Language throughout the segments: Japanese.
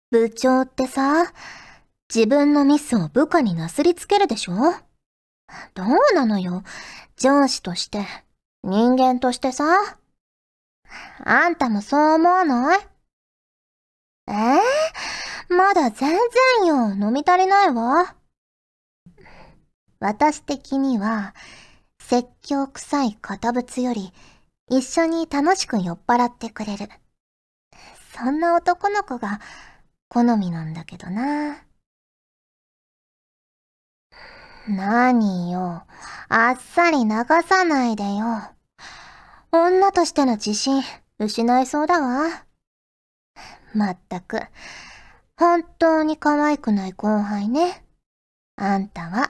部長ってさ、自分のミスを部下になすりつけるでしょ？どうなのよ、上司として、人間としてさ。あんたもそう思わない？まだ全然よ、飲み足りないわ。私的には、説教臭い堅物より、一緒に楽しく酔っ払ってくれる。そんな男の子が好みなんだけどな。何よ、あっさり流さないでよ。女としての自信、失いそうだわ。まったく、本当に可愛くない後輩ね。あんたは。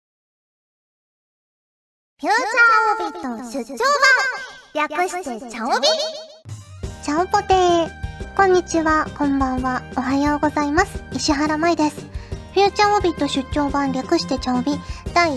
フューチャーオビット出張版、略してチャオビ。 ちゃんぽてー。こんにちは、こんばんは、おはようございます。石原舞です。フューチャーオビット出張版略してチャオビ第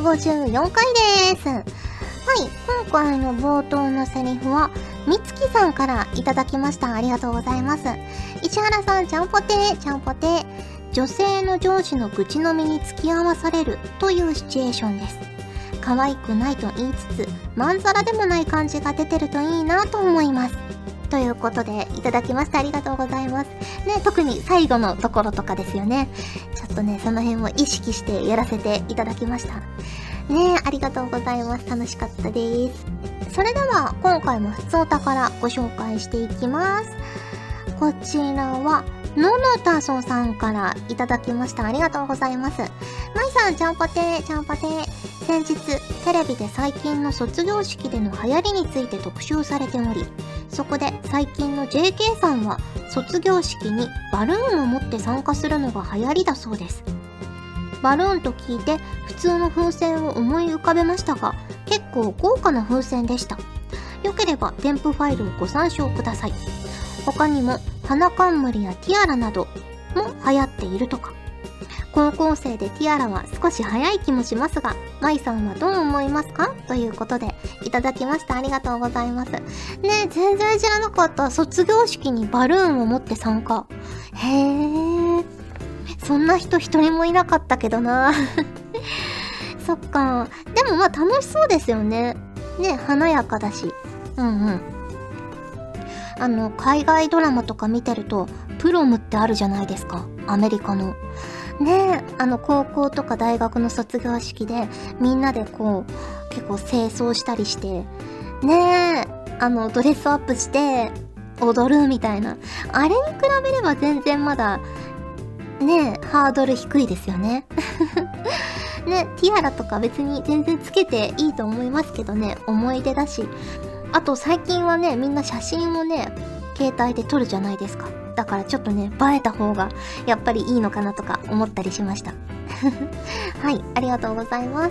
154回です。はい、今回の冒頭のセリフは、みつきさんからいただきました。ありがとうございます。石原さん、ちゃんぽてー、ちゃんぽてー。女性の上司の愚痴のみに付き合わされるというシチュエーションです。可愛くないと言いつつ、まんざらでもない感じが出てるといいなと思います。ということで、いただきましてありがとうございます。ね、特に最後のところとかですよね。ちょっとね、その辺を意識してやらせていただきました。ね、ありがとうございます。楽しかったです。それでは、今回もふつおたからご紹介していきます。こちらは、ののたそさんからいただきました。ありがとうございます。まいさん、ちゃんぽてー、ちゃんぽてー。先日、テレビで最近の卒業式での流行りについて特集されており、そこで最近の JK さんは卒業式にバルーンを持って参加するのが流行りだそうです。バルーンと聞いて普通の風船を思い浮かべましたが、結構豪華な風船でした。よければ添付ファイルをご参照ください。他にも花冠やティアラなども流行っているとか。高校生でティアラは少し早い気もしますが、マイさんはどう思いますか？ということで、いただきました。ありがとうございます。ね、全然知らなかった。卒業式にバルーンを持って参加。へー。そんな人一人もいなかったけどな。そっか。でもまあ楽しそうですよね。ね、華やかだし。うんうん。海外ドラマとか見てると、プロムってあるじゃないですか。アメリカの。ねえ、高校とか大学の卒業式で、みんなでこう、結構清掃したりして、ねえ、ドレスアップして、踊るみたいな。あれに比べれば全然まだ、ねえ、ハードル低いですよね。ね、ティアラとか別に全然つけていいと思いますけどね、思い出だし。あと最近はね、みんな写真をね、携帯で撮るじゃないですか。だからちょっとね、映えた方がやっぱりいいのかなとか思ったりしました。はい、ありがとうございます。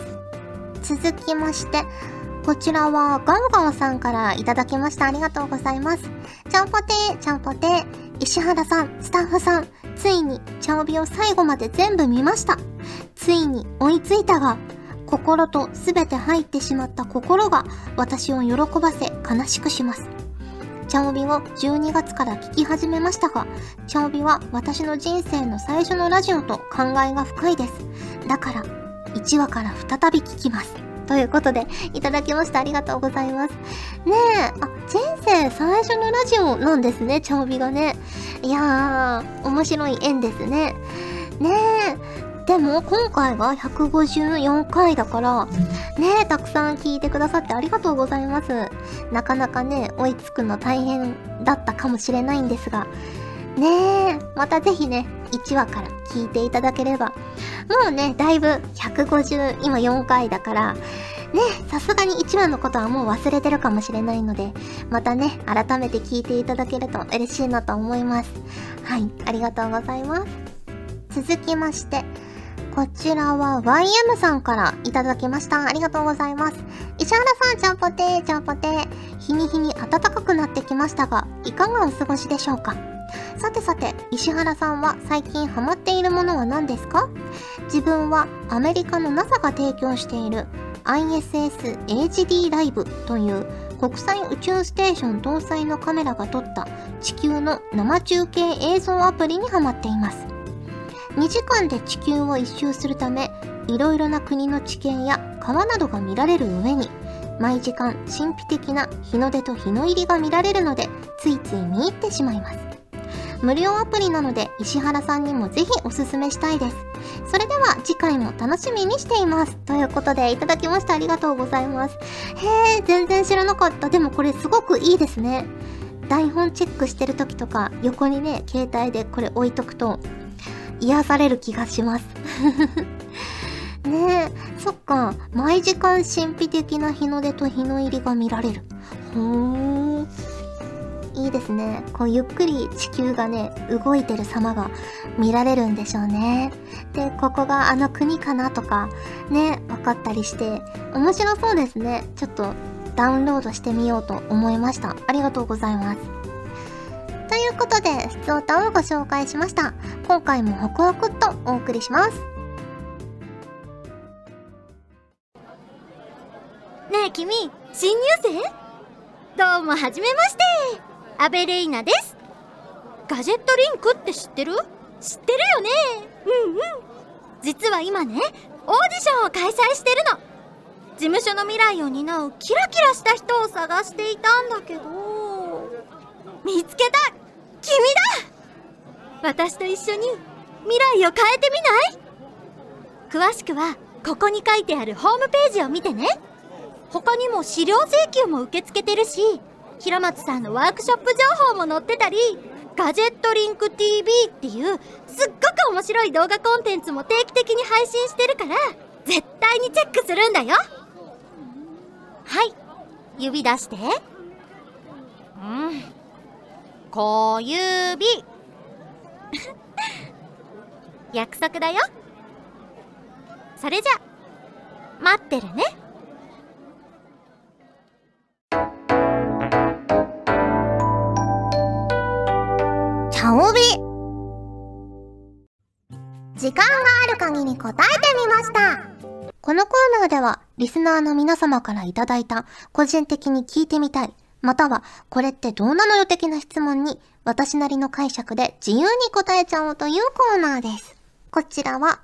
続きまして、こちらはガオガオさんからいただきました。ありがとうございます。ちゃんぽてー、ちゃんぽてー。石原さん、スタッフさん、ついにチャオビを最後まで全部見ました。ついに追いついたが、心とすべて入ってしまった心が私を喜ばせ悲しくします。チャオビを12月から聞き始めましたが、チャオビは私の人生の最初のラジオと考えが深いです。だから、1話から再び聞きます。ということで、いただきました。ありがとうございます。ねえ、人生最初のラジオなんですね、チャオビがね。いやー、面白い縁ですね。ねえ。でも今回が154回だからね、たくさん聞いてくださってありがとうございます。なかなかね、追いつくの大変だったかもしれないんですがねえ、またぜひね、1話から聞いていただければ、もうね、だいぶ150今4回だからね、さすがに1話のことはもう忘れてるかもしれないので、またね、改めて聞いていただけると嬉しいなと思います。はい、ありがとうございます。続きまして、こちらは YM さんからいただきました。ありがとうございます。石原さん、ちゃんぽてー、ちゃんぽてー。日に日に暖かくなってきましたが、いかがお過ごしでしょうか？さてさて、石原さんは最近ハマっているものは何ですか？自分はアメリカの NASA が提供している ISS HD ライブという国際宇宙ステーション搭載のカメラが撮った地球の生中継映像アプリにハマっています。2時間で地球を一周するため、いろいろな国の地形や川などが見られる上に、毎時間神秘的な日の出と日の入りが見られるので、ついつい見入ってしまいます。無料アプリなので石原さんにもぜひおすすめしたいです。それでは次回も楽しみにしています。ということでいただきましてありがとうございます。へー、全然知らなかった。でもこれすごくいいですね。台本チェックしてる時とか横にね、携帯でこれ置いとくと癒される気がします。ねえ、そっか。毎時間神秘的な日の出と日の入りが見られる。いいですね。こうゆっくり地球がね、動いてる様が見られるんでしょうね。で、ここがあの国かなとか、ね、分かったりして、面白そうですね。ちょっとダウンロードしてみようと思いました。ありがとうございます。ということで、ふつおたをご紹介しました。今回もホクホクっとお送りします。 ねえ君、新入生？どうもはじめまして。アベレイナです。ガジェットリンクって知ってる？知ってるよね。実は今ね、オーディションを開催してるの。事務所の未来を担うキラキラした人を探していたんだけど、見つけた！君だ！私と一緒に未来を変えてみない？詳しくはここに書いてあるホームページを見てね。他にも資料請求も受け付けてるし、平松さんのワークショップ情報も載ってたり、ガジェットリンク TV っていうすっごく面白い動画コンテンツも定期的に配信してるから、絶対にチェックするんだよ。はい、指出して。小指。約束だよ。それじゃ待ってるね。 チャオビ。 時間がある限り答えてみました。 このコーナーではリスナーの皆様からいただいた個人的に聞いてみたい、またはこれってどうなのよ的な質問に私なりの解釈で自由に答えちゃおうというコーナーです。こちらは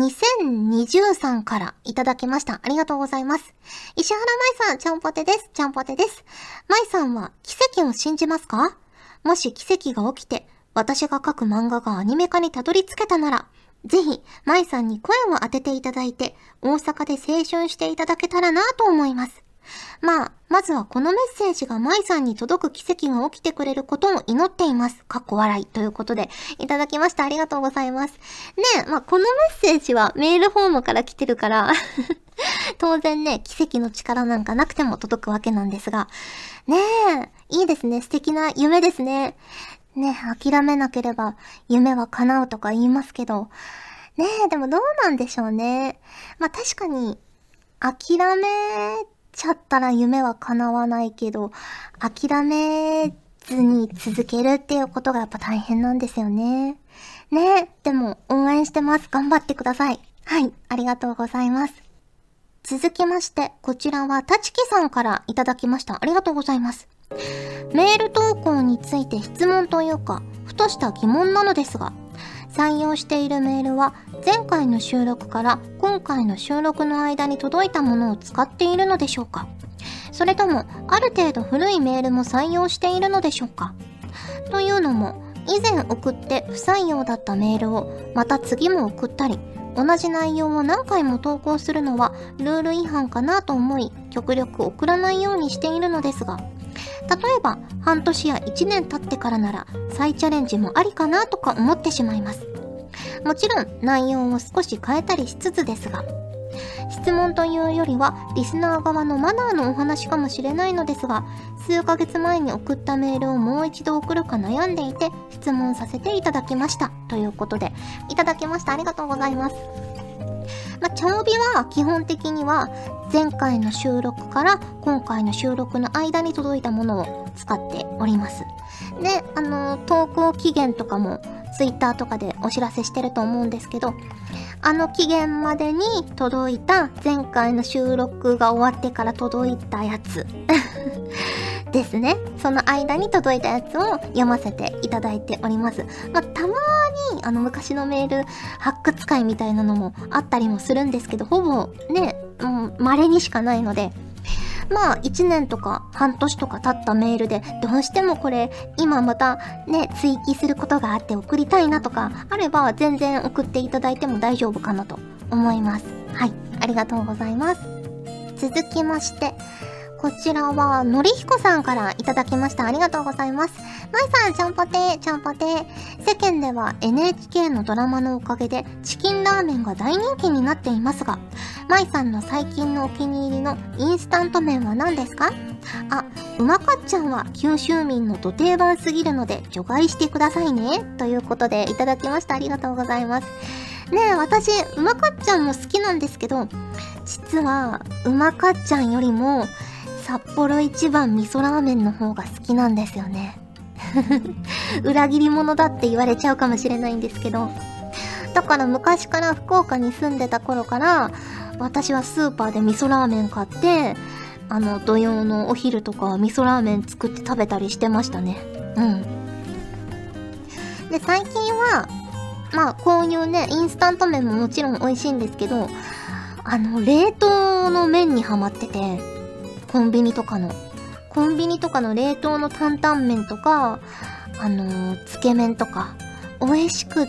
2023からいただきました。ありがとうございます。石原舞さん、ちゃんぽてです。ちゃんぽてです。舞さんは奇跡を信じますか？もし奇跡が起きて私が描く漫画がアニメ化にたどり着けたなら、ぜひ舞さんに声を当てていただいて大阪で青春していただけたらなと思います。まずはこのメッセージが舞さんに届く奇跡が起きてくれることを祈っています。かっこ笑いということでいただきました。ありがとうございます。ねえ、このメッセージはメールフォームから来てるから当然ね、奇跡の力なんかなくても届くわけなんですが、ねえ、いいですね。素敵な夢ですね。ねえ、諦めなければ夢は叶うとか言いますけど、ねえ、でもどうなんでしょうね。確かに諦めちゃったら夢は叶わないけど、諦めずに続けるっていうことがやっぱ大変なんですよね。ねえ、でも応援してます。頑張ってください。はい、ありがとうございます。続きまして、こちらはたちきさんからいただきました。ありがとうございます。メール投稿について質問というか、ふとした疑問なのですが、採用しているメールは前回の収録から今回の収録の間に届いたものを使っているのでしょうか？それともある程度古いメールも採用しているのでしょうか？というのも、以前送って不採用だったメールをまた次も送ったり、同じ内容を何回も投稿するのはルール違反かなと思い、極力送らないようにしているのですが、例えば半年や1年経ってからなら再チャレンジもありかなとか思ってしまいます。もちろん内容を少し変えたりしつつですが、質問というよりはリスナー側のマナーのお話かもしれないのですが、数ヶ月前に送ったメールをもう一度送るか悩んでいて質問させていただきましたということでいただきました。ありがとうございます。チャオビは基本的には前回の収録から今回の収録の間に届いたものを使っております。で、投稿期限とかもツイッターとかでお知らせしてると思うんですけど、期限までに届いた前回の収録が終わってから届いたやつですね。その間に届いたやつを読ませていただいております。まあ、たまーに昔のメール発掘会みたいなのもあったりもするんですけど、ほぼね、稀にしかないので、まあ1年とか半年とか経ったメールでどうしてもこれ今またね追記することがあって送りたいなとかあれば全然送っていただいても大丈夫かなと思います。はい、ありがとうございます。続きましてこちらはのりひこさんからいただきました。ありがとうございます。まいさん、ちゃんぽてー、ちゃんぽてー。世間では NHK のドラマのおかげでチキンラーメンが大人気になっていますが、まいさんの最近のお気に入りのインスタント麺は何ですか？あ、うまかっちゃんは九州民のど定番すぎるので除外してくださいね。ということでいただきました。ありがとうございます。ねえ、私、うまかっちゃんも好きなんですけど、実は、うまかっちゃんよりも、札幌一番味噌ラーメンの方が好きなんですよね。裏切り者だって言われちゃうかもしれないんですけど。だから昔から福岡に住んでた頃から、私はスーパーで味噌ラーメン買って、土曜のお昼とかは味噌ラーメン作って食べたりしてましたね。うん。で、最近は、まあ、こういうね、インスタント麺ももちろん美味しいんですけど、冷凍の麺にハマってて、コンビニとかの冷凍の担々麺とか、つけ麺とか、美味しくって、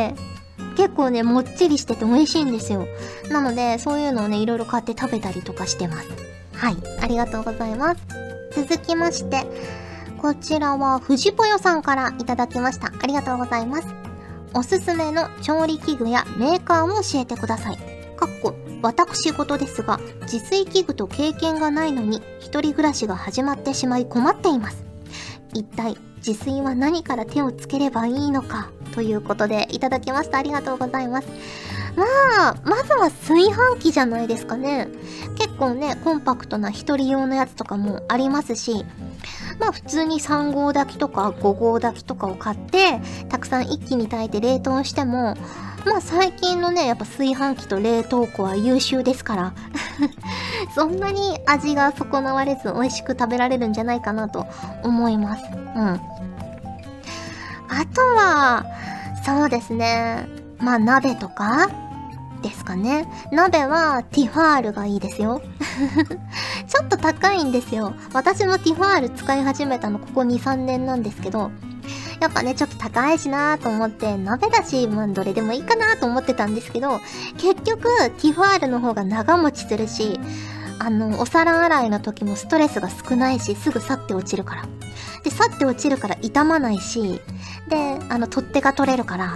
結構ね、もっちりしてて美味しいんですよ。なので、そういうのをね、いろいろ買って食べたりとかしてます。はい、ありがとうございます。続きまして、こちらは、藤ぽよさんからいただきました。ありがとうございます。おすすめの調理器具やメーカーを教えてください。私事ですが、自炊器具と経験がないのに一人暮らしが始まってしまい困っています。一体自炊は何から手をつければいいのかということでいただきました。ありがとうございます。まずは炊飯器じゃないですかね。結構ね、コンパクトな一人用のやつとかもありますし、まあ普通に3合炊きとか5合炊きとかを買ってたくさん一気に炊いて冷凍しても、まあ最近のねやっぱ炊飯器と冷凍庫は優秀ですからそんなに味が損なわれず美味しく食べられるんじゃないかなと思います。うん。あとはそうですね、まあ鍋とかですかね。鍋はティファールがいいですよちょっと高いんですよ。私もティファール使い始めたのここ 2,3 年なんですけど、やっぱねちょっと高いしなーと思って鍋だし、まあどれでもいいかなと思ってたんですけど、結局ティファールの方が長持ちするし、お皿洗いの時もストレスが少ないし、すぐ去って落ちるから。で、去って落ちるから傷まないし、で、取っ手が取れるから、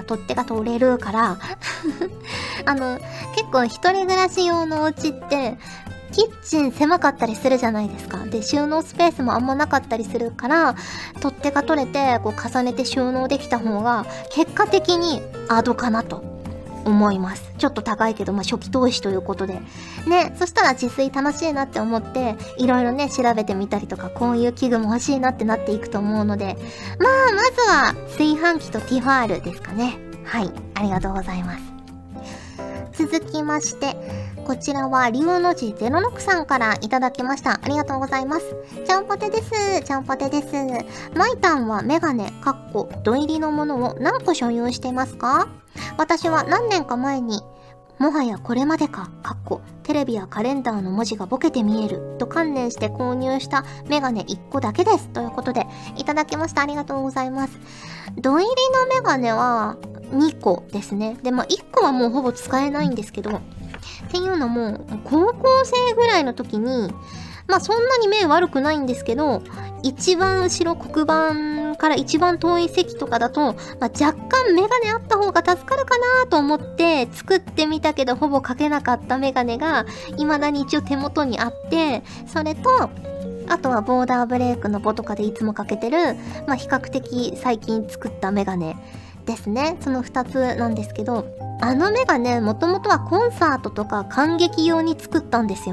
結構一人暮らし用のお家って、キッチン狭かったりするじゃないですか。で、収納スペースもあんまなかったりするから、取っ手が取れて、こう重ねて収納できた方が、結果的にアドかなと思います。ちょっと高いけど、まあ、初期投資ということで。ね、そしたら自炊楽しいなって思って、いろいろね、調べてみたりとか、こういう器具も欲しいなってなっていくと思うので、まあ、まずは、炊飯器とティファールですかね。はい、ありがとうございます。続きまして、こちらはリオの字06さんからいただきました。ありがとうございます。ちゃんぽてです。ちゃんぽてです。マイタンはメガネ、土入りのものを何個所有していますか？私は何年か前に、もはやこれまでか、テレビやカレンダーの文字がボケて見えると観念して購入したメガネ1個だけです。ということで、いただきました。ありがとうございます。土入りのメガネは2個ですね。で、まあ1個はもうほぼ使えないんですけど、っていうのも、高校生ぐらいの時に、まあそんなに目悪くないんですけど、一番後ろ黒板から一番遠い席とかだと、まあ、若干メガネあった方が助かるかなと思って作ってみたけどほぼかけなかったメガネが未だに一応手元にあって、それとあとはボーダーブレイクのボとかでいつもかけてる、まあ比較的最近作ったメガネですね。その2つなんですけど、メガネもともとはコンサートとか観劇用に作ったんですよ。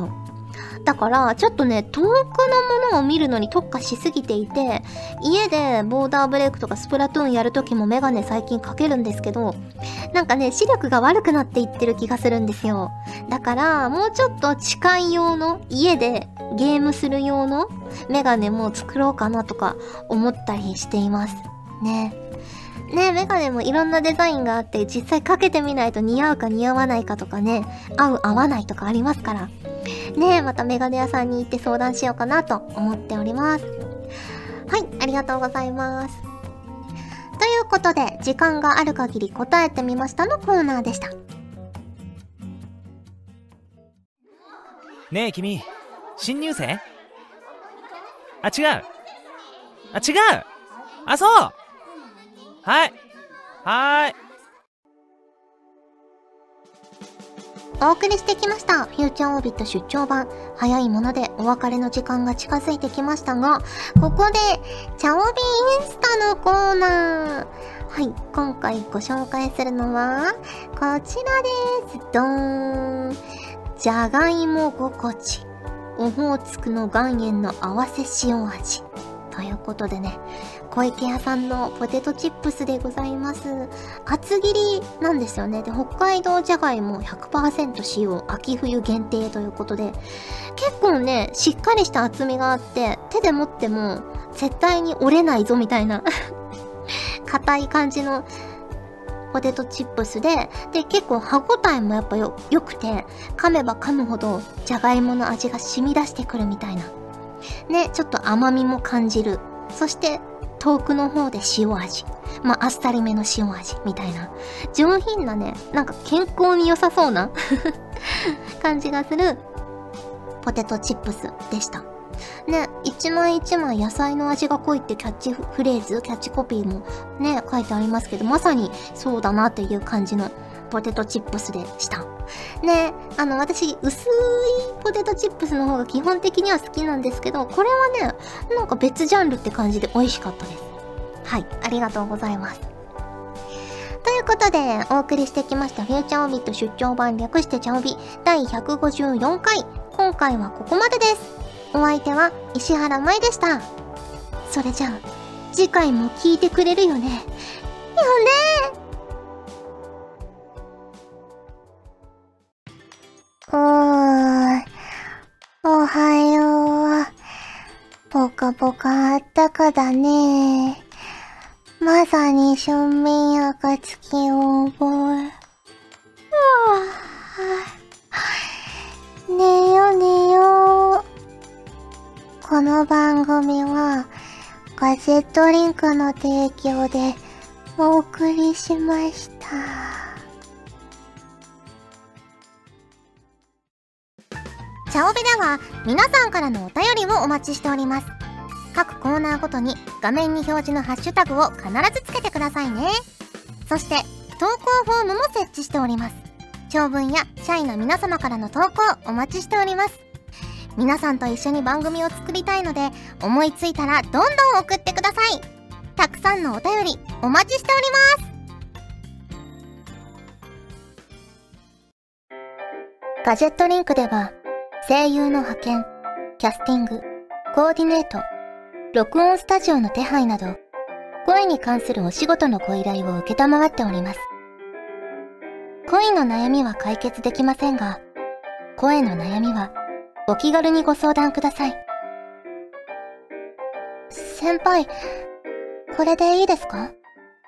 だからちょっとね、遠くのものを見るのに特化しすぎていて、家でボーダーブレイクとかスプラトゥーンやるときもメガネ最近かけるんですけど、なんかね、視力が悪くなっていってる気がするんですよ。だからもうちょっと近い用の、家でゲームする用のメガネも作ろうかなとか思ったりしていますね。メガネもいろんなデザインがあって、実際かけてみないと似合うか似合わないかとかね、合う合わないとかありますからね。またメガネ屋さんに行って相談しようかなと思っております。はい、ありがとうございます。ということで、時間がある限り答えてみましたのコーナーでした。 ねえ君、新入生？あ、違う。あ、そう。はい。 お送りしてきましたフューチャーオービット出張版。早いものでお別れの時間が近づいてきましたが、ここでチャオビインスタのコーナー。はい、今回ご紹介するのはこちらです。ドーン。じゃがいも心地、オホーツクの岩塩の合わせ塩味ということでね、小池屋さんのポテトチップスでございます。厚切りなんですよね。で、北海道じゃがいも 100% 使用、秋冬限定ということで、結構ね、しっかりした厚みがあって、手で持っても絶対に折れないぞみたいな硬い感じのポテトチップスで、結構歯ごたえもやっぱ良くて、噛めば噛むほどじゃがいもの味が染み出してくるみたいな。ね、ちょっと甘みも感じる。そして、遠くの方で塩味。あっさりめの塩味みたいな。上品なね、なんか健康に良さそうな感じがするポテトチップスでした。ね、一枚一枚野菜の味が濃いってキャッチフレーズ、キャッチコピーもね、書いてありますけど、まさにそうだなっていう感じのポテトチップスでした。ね、私、薄いポテトチップスの方が基本的には好きなんですけど、これはね、なんか別ジャンルって感じで美味しかったです。はい、ありがとうございます。ということで、お送りしてきましたフューチャーオービット出張版略してチャオビ第154回。今回はここまでです。お相手は石原舞でした。それじゃあ、次回も聞いてくれるよね。よねおはよう。ぽかぽかあったかだね。まさに春眠暁を覚え。寝よ寝よ。この番組はガジェットリンクの提供でお送りしました。チャオベでは皆さんからのお便りをお待ちしております。各コーナーごとに画面に表示のハッシュタグを必ずつけてくださいね。そして投稿フォームも設置しております。長文や社員の皆様からの投稿お待ちしております。皆さんと一緒に番組を作りたいので、思いついたらどんどん送ってください。たくさんのお便りお待ちしております。ガジェットリンクでは声優の派遣、キャスティング、コーディネート、録音スタジオの手配など、声に関するお仕事のご依頼を承っております。恋の悩みは解決できませんが、声の悩みはお気軽にご相談ください。先輩、これでいいですか？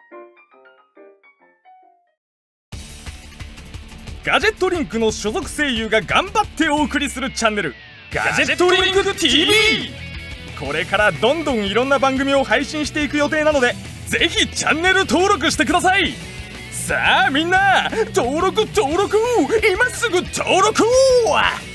ガジェットリンクの所属声優が頑張ってお送りするチャンネル、ガジェットリンク TV。 これからどんどんいろんな番組を配信していく予定なので、ぜひチャンネル登録してください。さあみんな、登録今すぐ登録。